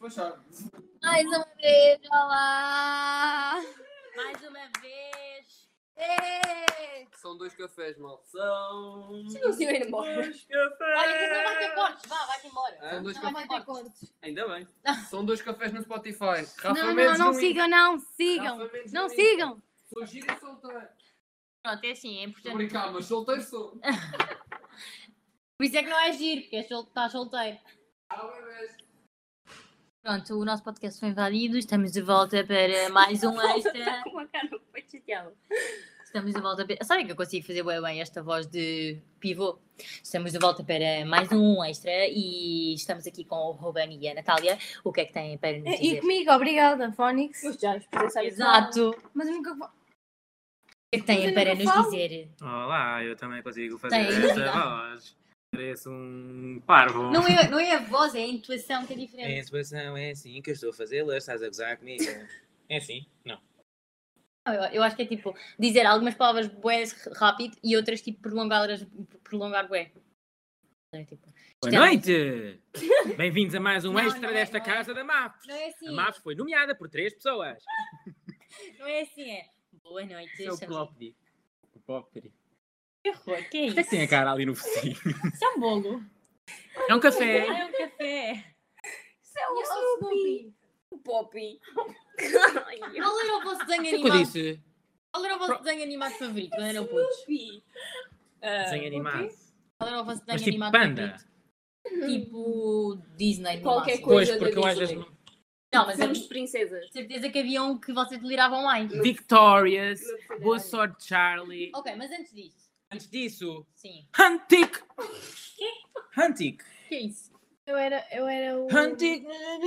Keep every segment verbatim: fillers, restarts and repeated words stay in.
despachar. Mais uma vez, olá! Mais uma vez! Êêê! São dois cafés, mal. São. Se não se ir embora. Dois cafés. Olha, que não vai ter cortes, vá, vai-te embora. São dois Não cafés. vai ter cortes. Ainda bem. São dois cafés no Spotify. Rafa Não, Mendes não, não no sigam, não Insta. sigam. Rafa Mendes Não no Insta. sigam. Sou giro e solteiro. Pronto, é assim, é Estou a importante. brincar, mas solteiro sou. Por isso é que não é giro, porque és sol- estás solteiro. Ah, bebês. Pronto, o nosso podcast foi invadido, estamos de volta para mais um extra. Com a cara foi chateada. Estamos de volta para... Sabem que eu consigo fazer bem, bem esta voz de pivô? Estamos de volta para mais um extra e estamos aqui com o Ruben e a Natália. O que é que têm para nos E dizer? comigo, obrigada, Fónix. Já, expressar Exato. O Mas eu nunca vou. que é que têm Mas eu para nunca nos falo. dizer? Olá, eu também consigo fazer Tem, esta não. voz. Pareço um parvo. Não é, não é a voz, é a intuação que é A diferente. intuação é assim que eu estou a fazê-la, estás a gozar comigo? É assim? Não. Não, Eu, eu acho que é tipo dizer algumas palavras bué rápido e outras tipo prolongá-las, prolongar bué. É, tipo, Boa isto é- noite! Bem-vindos a mais um Não, extra não é, desta não é. casa da MAPS. Não é A assim, MAPS foi nomeada por três pessoas. não é assim, é. Boa noite. Isso é o estamos- Plopri. O Plopri. Que horror, que é O que é que isso? tem a cara ali no focinho? Isso é um bolo. É um café. Ah, é um café. Isso é o Snoopy. o Poppy. Qual era o vosso desenho O que é que eu animado? disse? Qual era o vosso desenho animado favorito quando eram putos? Snoopy. Ah, Desenho animado. Qual era o vosso Mas desenho tipo animado panda. favorito? Tipo Disney, no Qualquer máximo. coisa. Pois, porque eu da às vezes Disney. não... Não, mas Filmes é de princesas. certeza que havia um que vocês deliravam mais. Victorious, Não. Boa Sorte Charlie. Ok, mas antes disso. Antes disso, Sim. Huntic. Huntic. O que é isso? Eu era, eu era o. Huntic.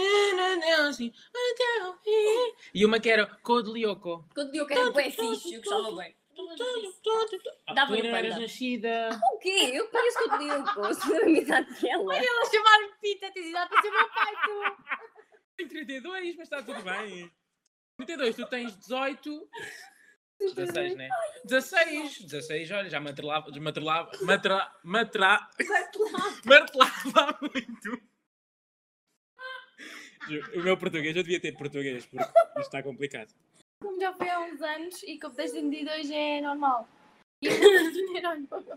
E uma que era Code Lyoko. Quando digo que era bué fixe, eu gostava bem. Dava-lhe Tu o não eras panda. nascida. O quê? Eu conheço que eu te digo. Se não me dá dela. Ela chamaram-me Pita, tens idade para ser meu pai, tu. Tenho trinta e dois, mas está tudo bem. trinta e dois, tu tens dezoito. dezasseis, né? dezasseis. dezasseis, olha, já martelava. Martelava. Martelava. Martelava. Martelava muito. O meu português, eu devia ter português, porque isto está complicado. Como já foi há uns anos e como tens trinta e dois é normal. E eu era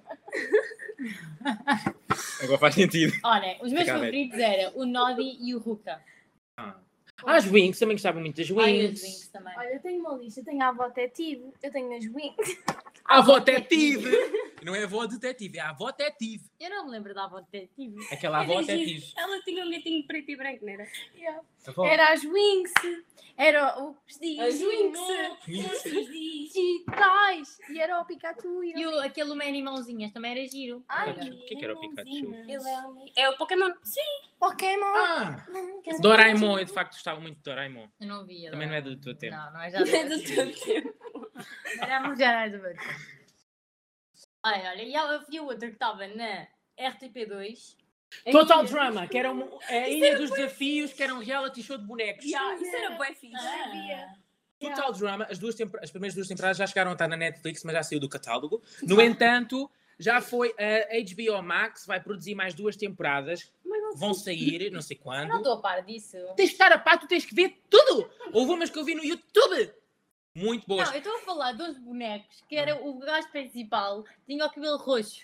Agora faz sentido. Olha, os meus Fica a ver. favoritos eram o Noddy e o Ruka. Ah, as Wings, também gostava muito das Ai, os Wings. Wings também. Olha, eu tenho uma lista, eu tenho a avó detetive, eu tenho as wings. A avó detetive! Não é a avó detetive, é a avó detetive. Eu não me lembro da avó detetive. Aquela avó Era giro. detetive. Ela tinha um gatinho preto e branco, não era? Avó. Era as wings, era os As Winx. Os digitais, e era o Pikachu. E E o, aquele uma animãozinhas também era giro. Ai, O que é que era o Pikachu? Ele é um... É o Pokémon. Sim. Pokémon. Ah! Doraemon, eu de facto gostava muito de Doraemon. Eu não via. Também não é do teu tempo. Não, não é já do É do meu teu tempo. tempo. Era muito já não é do meu tempo. Olha, olha, e havia outra que estava na R T P dois. Total Drama, que era um- a Ilha dos Desafios, que era um reality show de bonecos. Yeah, isso era bué fixe. Ah. Havia. Total Drama, as, duas tempor- as primeiras duas temporadas já chegaram a estar na Netflix, mas já saiu do catálogo. No entanto, já foi a H B O Max, vai produzir mais duas temporadas, vão sair, não sei Eu não quando. estou a par disso. Tens de estar a par, tu tens que ver tudo! Houve umas que eu vi no YouTube, muito boas. Não, eu estou a falar dos bonecos, que era o gajo principal, tinha o cabelo roxo.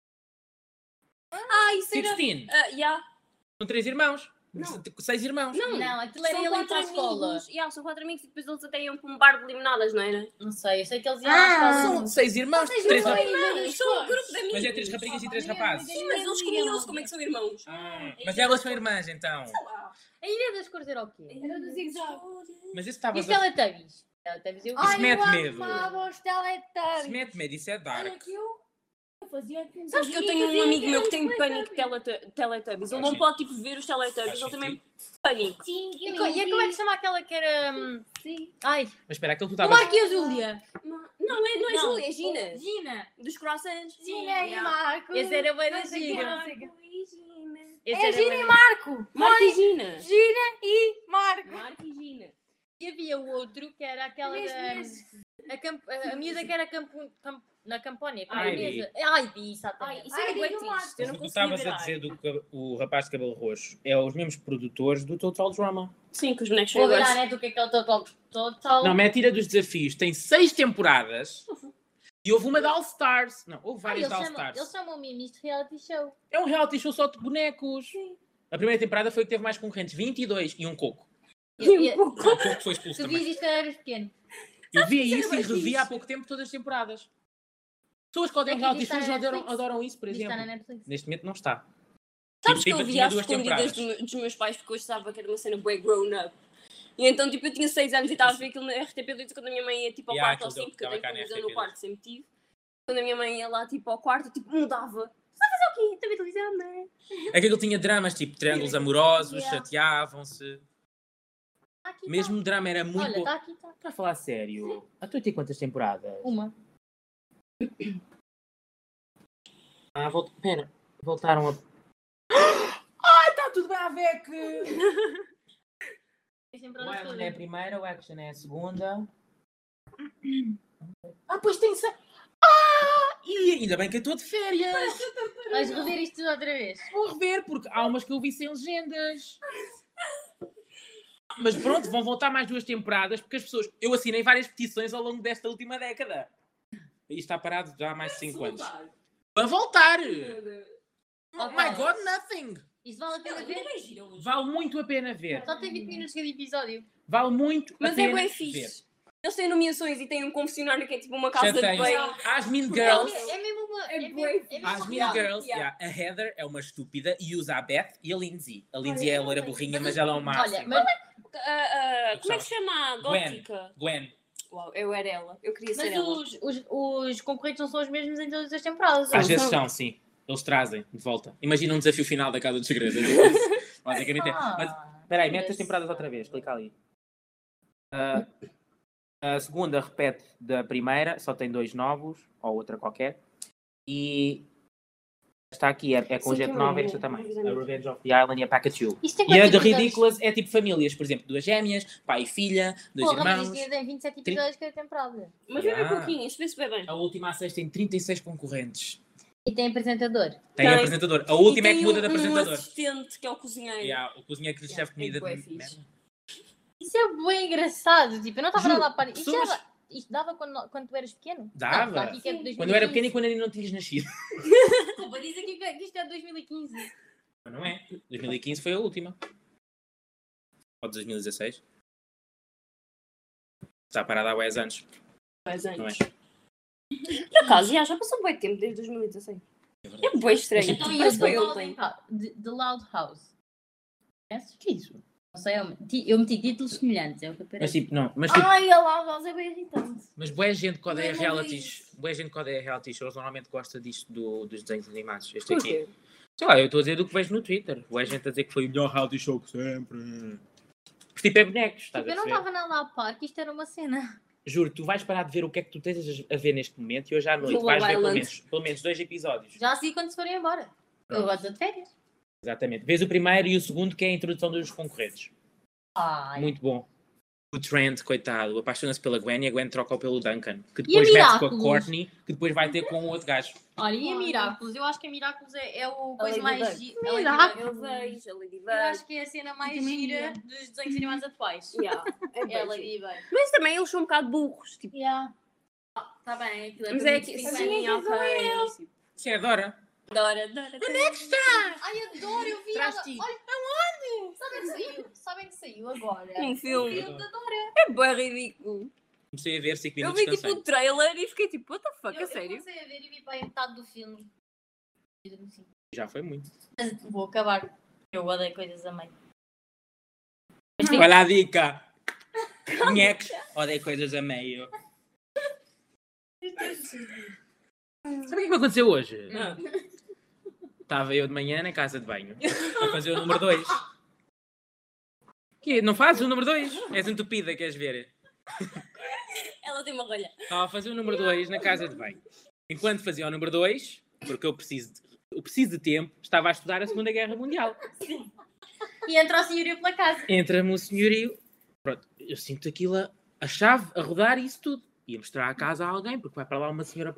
Ah, isso era... Sixteen, Ah, yeah. são três irmãos, Não. seis irmãos. Não. Não, aquilo era São ele ir quatro para a escola. amigos. Yeah, são quatro amigos e depois eles até iam para um bar de limonadas, não era? Não sei, eu sei que eles iam Ah, à escola. São seis irmãos, três São rapazes. irmãos, são um grupo de amigos. Mas é três raparigas e três rapazes. Sim, mas eles comiam-se, como é que são irmãos? Ah, mas elas são irmãs, então. A Ilha das Cores era o quê? Era do zigue-zague. Mas esse E estava... os Teletubbies? Teletubbies eu Isso Ai, mete eu medo. amava os Se Teletubbies. mete medo, isso é Olha dark. que eu eu fazia... Sabes que eu tenho um amigo meu que tem pânico de teleta- Teletubbies. Ele não Sim. pode, tipo, ver os Teletubbies. Faz Ele também sentido. pânico. E, co- e como é que se chama aquela que era. hum, Sim. Ai, Mas espera, aquele que tu o estavas... Marco e a Júlia. Não, não é, não é Não. Júlia, é Gina. Gina. Dos croissants. Gina e Marco. Esse era bem da Não sei Gina. quem, não sei quem. Marco e Gina. Esse É era Gina bué e da- Marco. Marco e Gina. Gina e Marco. Marco e Gina. E havia o outro que era aquela Mesmo, da. mesmo. A, camp... a, a miúda que era campo... campo... Na Campónia, com a Ai, mesa. Ai, bi, exatamente. Ai, isso é bué triste. Eu não Tu consegui estavas a virar. dizer do que o rapaz de cabelo roxo é os mesmos produtores do Total Drama. Sim, que os bonecos são Vou ver iguais. na net o que é que é o Total. Total. Não, mentira dos desafios. Tem seis temporadas e houve uma de All Stars. Não, houve Ah, várias eles de All chamam, Stars. eles chamam mesmo isto de reality show. É um reality show só de bonecos. A primeira temporada foi que teve mais concorrentes, vinte e dois, e um coco. Eu, eu, O coco foi expulso tu vias também. isto quando eras pequeno. Eu via que era isso e bué revia fixe? há pouco tempo todas as temporadas. Pessoas que odeiam É que reality isto está shows na adoram, Netflix. adoram isso, por Isto está exemplo. na Netflix. Neste momento não está. Sabes que Tipo, eu tinha via às duas escondidas temporadas. do- dos meus pais porque eu achava que era uma cena bué grown up. E então, tipo, eu tinha seis anos e estava a ver aquilo na R T P dois quando a minha mãe ia, tipo, ao Yeah, quarto ou aquilo assim, porque eu deu- tenho estava cá na televisão R T P no dois. quarto, sempre tive. Quando a minha mãe ia lá, tipo, ao quarto, tipo, mudava. Está a fazer o quê? Estou a ver televisão, não é? É que aquilo tinha dramas, tipo triângulos amorosos, Yeah. chateavam-se. Tá aqui, Mesmo o drama era tá. muito Olha, bom. está aqui, está. Para falar sério, a tua tem quantas temporadas? Uma. Ah, volt... Pera, voltaram a... Ai, está tudo bem a ver que... Tem O temporadas Island todas. é a primeira, o Action é a segunda. Ah, pois tem... se- Ah! E ainda bem que eu estou de férias. Vais rever isto tudo outra vez. Vou rever, porque há umas que eu vi sem legendas. Mas pronto, vão voltar mais duas temporadas, porque as pessoas... Eu assinei várias petições ao longo desta última década. E está parado já há mais de cinco anos. Para voltar! Oh my God, nothing! Isto vale a pena ver? Vale muito a pena ver. Só tem vinte minutos cada episódio. Vale muito a Mas é pena bem ver. fixe. Eles têm nomeações e têm um confessionário que é tipo uma casa Já de tens. banho. As Mean Girls... É, é mesmo uma. É É, mesmo, bué é mesmo As uma Mean piada. Girls, yeah. yeah, a Heather é uma estúpida e usa a Beth e a Lindsay. A Lindsay é a loira burrinha, mas ela é o máximo. Olha, mas, Ah, ah, como é que gostava. se chama? A Gwen. gótica. Gwen. Uau, eu era ela. Eu queria ser mas ela. os, os, os concorrentes não são os mesmos em todas as temporadas. Às ou vezes são? são, sim. Eles trazem de volta. Imagina um desafio final da Casa dos Segredos. é tipo isso. Basicamente é. Mas, Ah, espera aí, mete as temporadas outra vez. Clica ali. Ah, a segunda repete da primeira, só tem dois novos, ou outra qualquer. E esta aqui é, é com Sim, gente que é nova, bom. esta também. Ai, A Deus. Revenge of the Island e a Pikachu. Isto tem E a quantos de episódios? Ridículas é tipo famílias, por exemplo, duas gêmeas, pai e filha, dois Porra, mas irmãos. isto tem vinte e sete episódios cada temporada. Mas bem Yeah. pouquinho, isto vê-se bem bem. A última a sexta tem trinta e seis concorrentes. E tem apresentador. Tem, Tem. apresentador. A última E é que tem muda um, de um apresentador. assistente que é o cozinheiro. Yeah, o cozinheiro que lhe Yeah, serve comida é bué de fixe. merda. Isso é bem engraçado. Tipo, eu não estava Juro, nada a par. Isto, pessoas- já- isto dava quando, quando tu eras pequeno? Dava. Não, está aqui que é de dois mil e Quando eu era quinze. pequeno e quando ainda não tinhas nascido. Desculpa, diz aqui que que isto é de dois mil e quinze. Mas não é. dois mil e quinze foi a última. Ou de dois mil e dezasseis. Está parada há dez anos. dez Não é? anos. Por acaso, já, já passou bem tempo, desde dois mil e dezasseis. É verdade. É bem estranho. Então, e Parece o bem The ontem. Loud, The, The Loud House? Conheces? O que é isso? Não sei, eu meti, eu meti títulos semelhantes, é o que Mas aparece. tipo, não. Mas, tipo, Ai, a Laus é bem irritante. mas boa gente que odeia Não, não realities. Boa gente que odeia reality shows normalmente gosta disto do, dos desenhos animados. Este Por aqui. quê? Sei lá, eu estou a dizer do que vejo no Twitter. Boa gente a dizer que foi o melhor reality show que sempre. Porque tipo é bonecos, estás Tipo, a eu não perceber? estava nada a par que isto era uma cena. Juro, tu vais parar de ver o que é que tu tens a ver neste momento e hoje à noite Love vais ver pelo Island. menos, pelo menos dois episódios. Já assim quando se forem embora. Eu Pronto. gosto de férias. Exatamente. Vês o primeiro e o segundo, que é a introdução dos concorrentes. Ai. Muito bom. O Trent, coitado, apaixona-se pela Gwen e a Gwen troca-o pelo Duncan. Que E a depois mete com a Miraculous? Courtney, que depois vai ter com o outro gajo. Olha, e a Olha. Miraculous? Eu acho que a Miraculous é, é o A coisa mais Ladybug. gira. a Miraculous. Ladybug. Eu vejo a Ladybug. Eu acho que é a cena mais também gira ia. dos desenhos animados atuais. Yeah, é É a bem giro. Ladybug. Mas também eles são um bocado burros. Tipo, Yeah. Tá bem, aquilo mas para é mim que de sim, cinco anos. ok. Tipo, Você adora? Adoro, adoro. Ai, adoro, eu vi ela. Traz-te. Olha, aonde? Sabem que saiu? Sabem que saiu agora? Um O filme. filme da Dora. É bem ridículo. Comecei a ver cinco Eu minutos vi tipo cansei. o trailer e fiquei tipo, what the fuck, Eu, a eu sério? comecei a ver e vi para a metade do filme. Já foi muito. Mas vou acabar. Eu odeio coisas a meio. Olha a dica! Conheques? Odeio coisas a meio. Sabe o que é que me aconteceu hoje? Ah. Estava eu de manhã na casa de banho a fazer o número dois. Que? Não fazes o número dois? És entupida, queres ver? Ela tem uma rolha. Estava a fazer o número dois na casa de banho. Enquanto fazia o número dois, porque eu preciso de, eu preciso de tempo, estava a estudar a Segunda Guerra Mundial. E entra o senhorio pela casa. Entra-me o senhorio. Pronto, eu sinto aquilo, a, a chave, a rodar e isso tudo. Ia mostrar a casa a alguém, porque vai para lá uma senhora para o ano.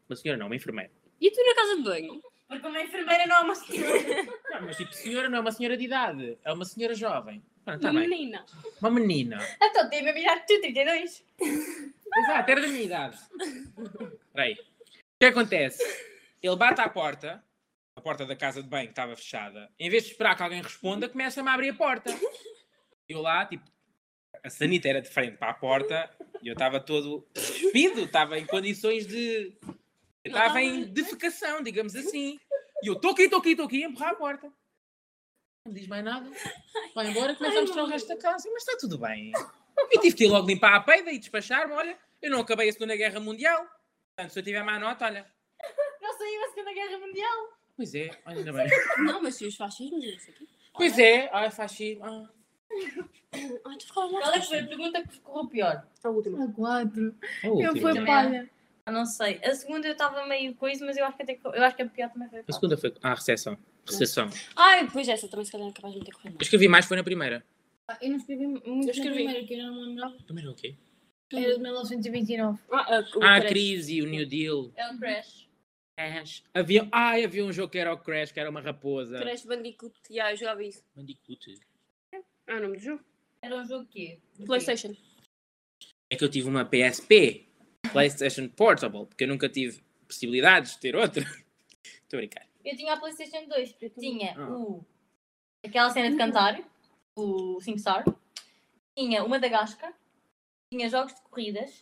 Uma senhora não, uma enfermeira. E tu na casa de banho? Porque uma enfermeira não é uma senhora. Não, mas tipo, senhora não é uma senhora de idade. É uma senhora jovem. Ah, tá Uma bem. menina. Uma menina. Então tem-me a mirar tu, trinta e dois. Exato, era da minha idade. Espera aí. O que acontece? Ele bate à porta, a porta da casa de banho que estava fechada. Em vez de esperar que alguém responda, começa-me a abrir a porta. Eu lá, tipo, a sanita era de frente para a porta e eu estava todo despido, estava em condições de... Eu estava em defecação, digamos assim. E eu estou aqui, estou aqui, estou aqui, a empurrar a porta. Não diz mais nada. Vai embora, começa a mostrar o resto da casa. Mas está tudo bem. Eu tive que ir logo limpar a peida e despachar-me. Olha, eu não acabei a Segunda Guerra Mundial. Portanto, se eu tiver má nota, olha... Não saiu a Segunda Guerra Mundial. Pois é, olha, ainda bem. Não, mas se os fascismos, não sei o quê. Pois é, ai, fascismo. Ah. Ai, tu ficava Qual é que foi a pergunta que correu pior? A última. A quatro. É a Eu última. fui Também palha. Eu não sei. A segunda eu estava meio coisa, mas eu acho que, até que, eu acho que a pior também foi a A quatro. segunda foi. Ah, recepção. Recepção. Ai, pois essa também se calhar é capaz de me ter corrido. Eu escrevi mais, foi na primeira. Ah, eu não escrevi muito Eu na escrevi. primeira, que eu já não me lembrava. Primeiro o quê? Era de mil novecentos e vinte e nove. Ah, a, o Ah, a crash. crise, o New Deal. É um crash. Crash. Havia... Ai, havia um jogo que era o Crash, que era uma raposa. Crash Bandicoot. Já, eu jogava isso. Bandicoot. Ah, o nome do jogo? Era um jogo quê? Do quê? PlayStation. É que eu tive uma P S P. PlayStation Portable. Porque eu nunca tive possibilidades de ter outra. Estou a brincar. Eu tinha a PlayStation dois. Eu tinha Ah. o... aquela cena de cantar, o SingStar. Tinha o Madagascar. Tinha jogos de corridas.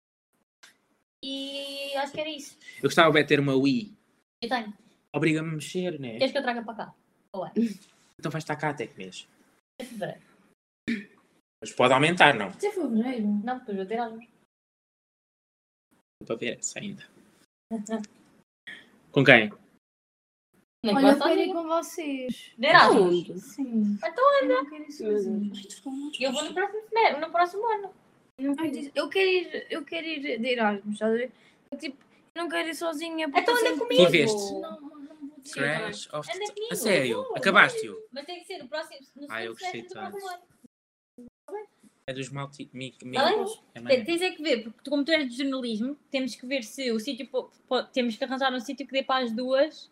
E acho que era isso. Eu gostava bem de ter uma Wii. Eu tenho. Obriga-me a mexer, né? Queres que eu traga para cá? Ou é? Então vais estar cá até que mês. É fevereiro. Mas pode aumentar, não? Isso é fevereiro. Não, depois vou ter Erasmus. Estou para ver essa ainda. Com quem? Nem Olha, eu que quero ir ir com vocês. de Erasmus. Aonde? Sim. Então anda. Eu não quero ir sozinha. Ai, tu ficava muito Eu vou no próximo, semestre- no próximo ano. Eu quero ir- Eu quero ir, eu quero ir de Erasmus, estás a ver? Eu, tipo, eu não quero ir sozinha. porque Então anda assim- comigo. Tu viste? Não, não, não vou dizer. Crash of... Anda comigo. A sério? Eu vou, Acabaste-o? Mas tem que ser no próximo no Ah, eu segundo gostei semestre do tanto. próximo ano. É dos multi... Mi... mi... Tá bem? É Tem- mais- Tens é que ver, porque tu, como tu és de jornalismo, temos que ver se o sítio, po- po- temos que arranjar um sítio que dê para as duas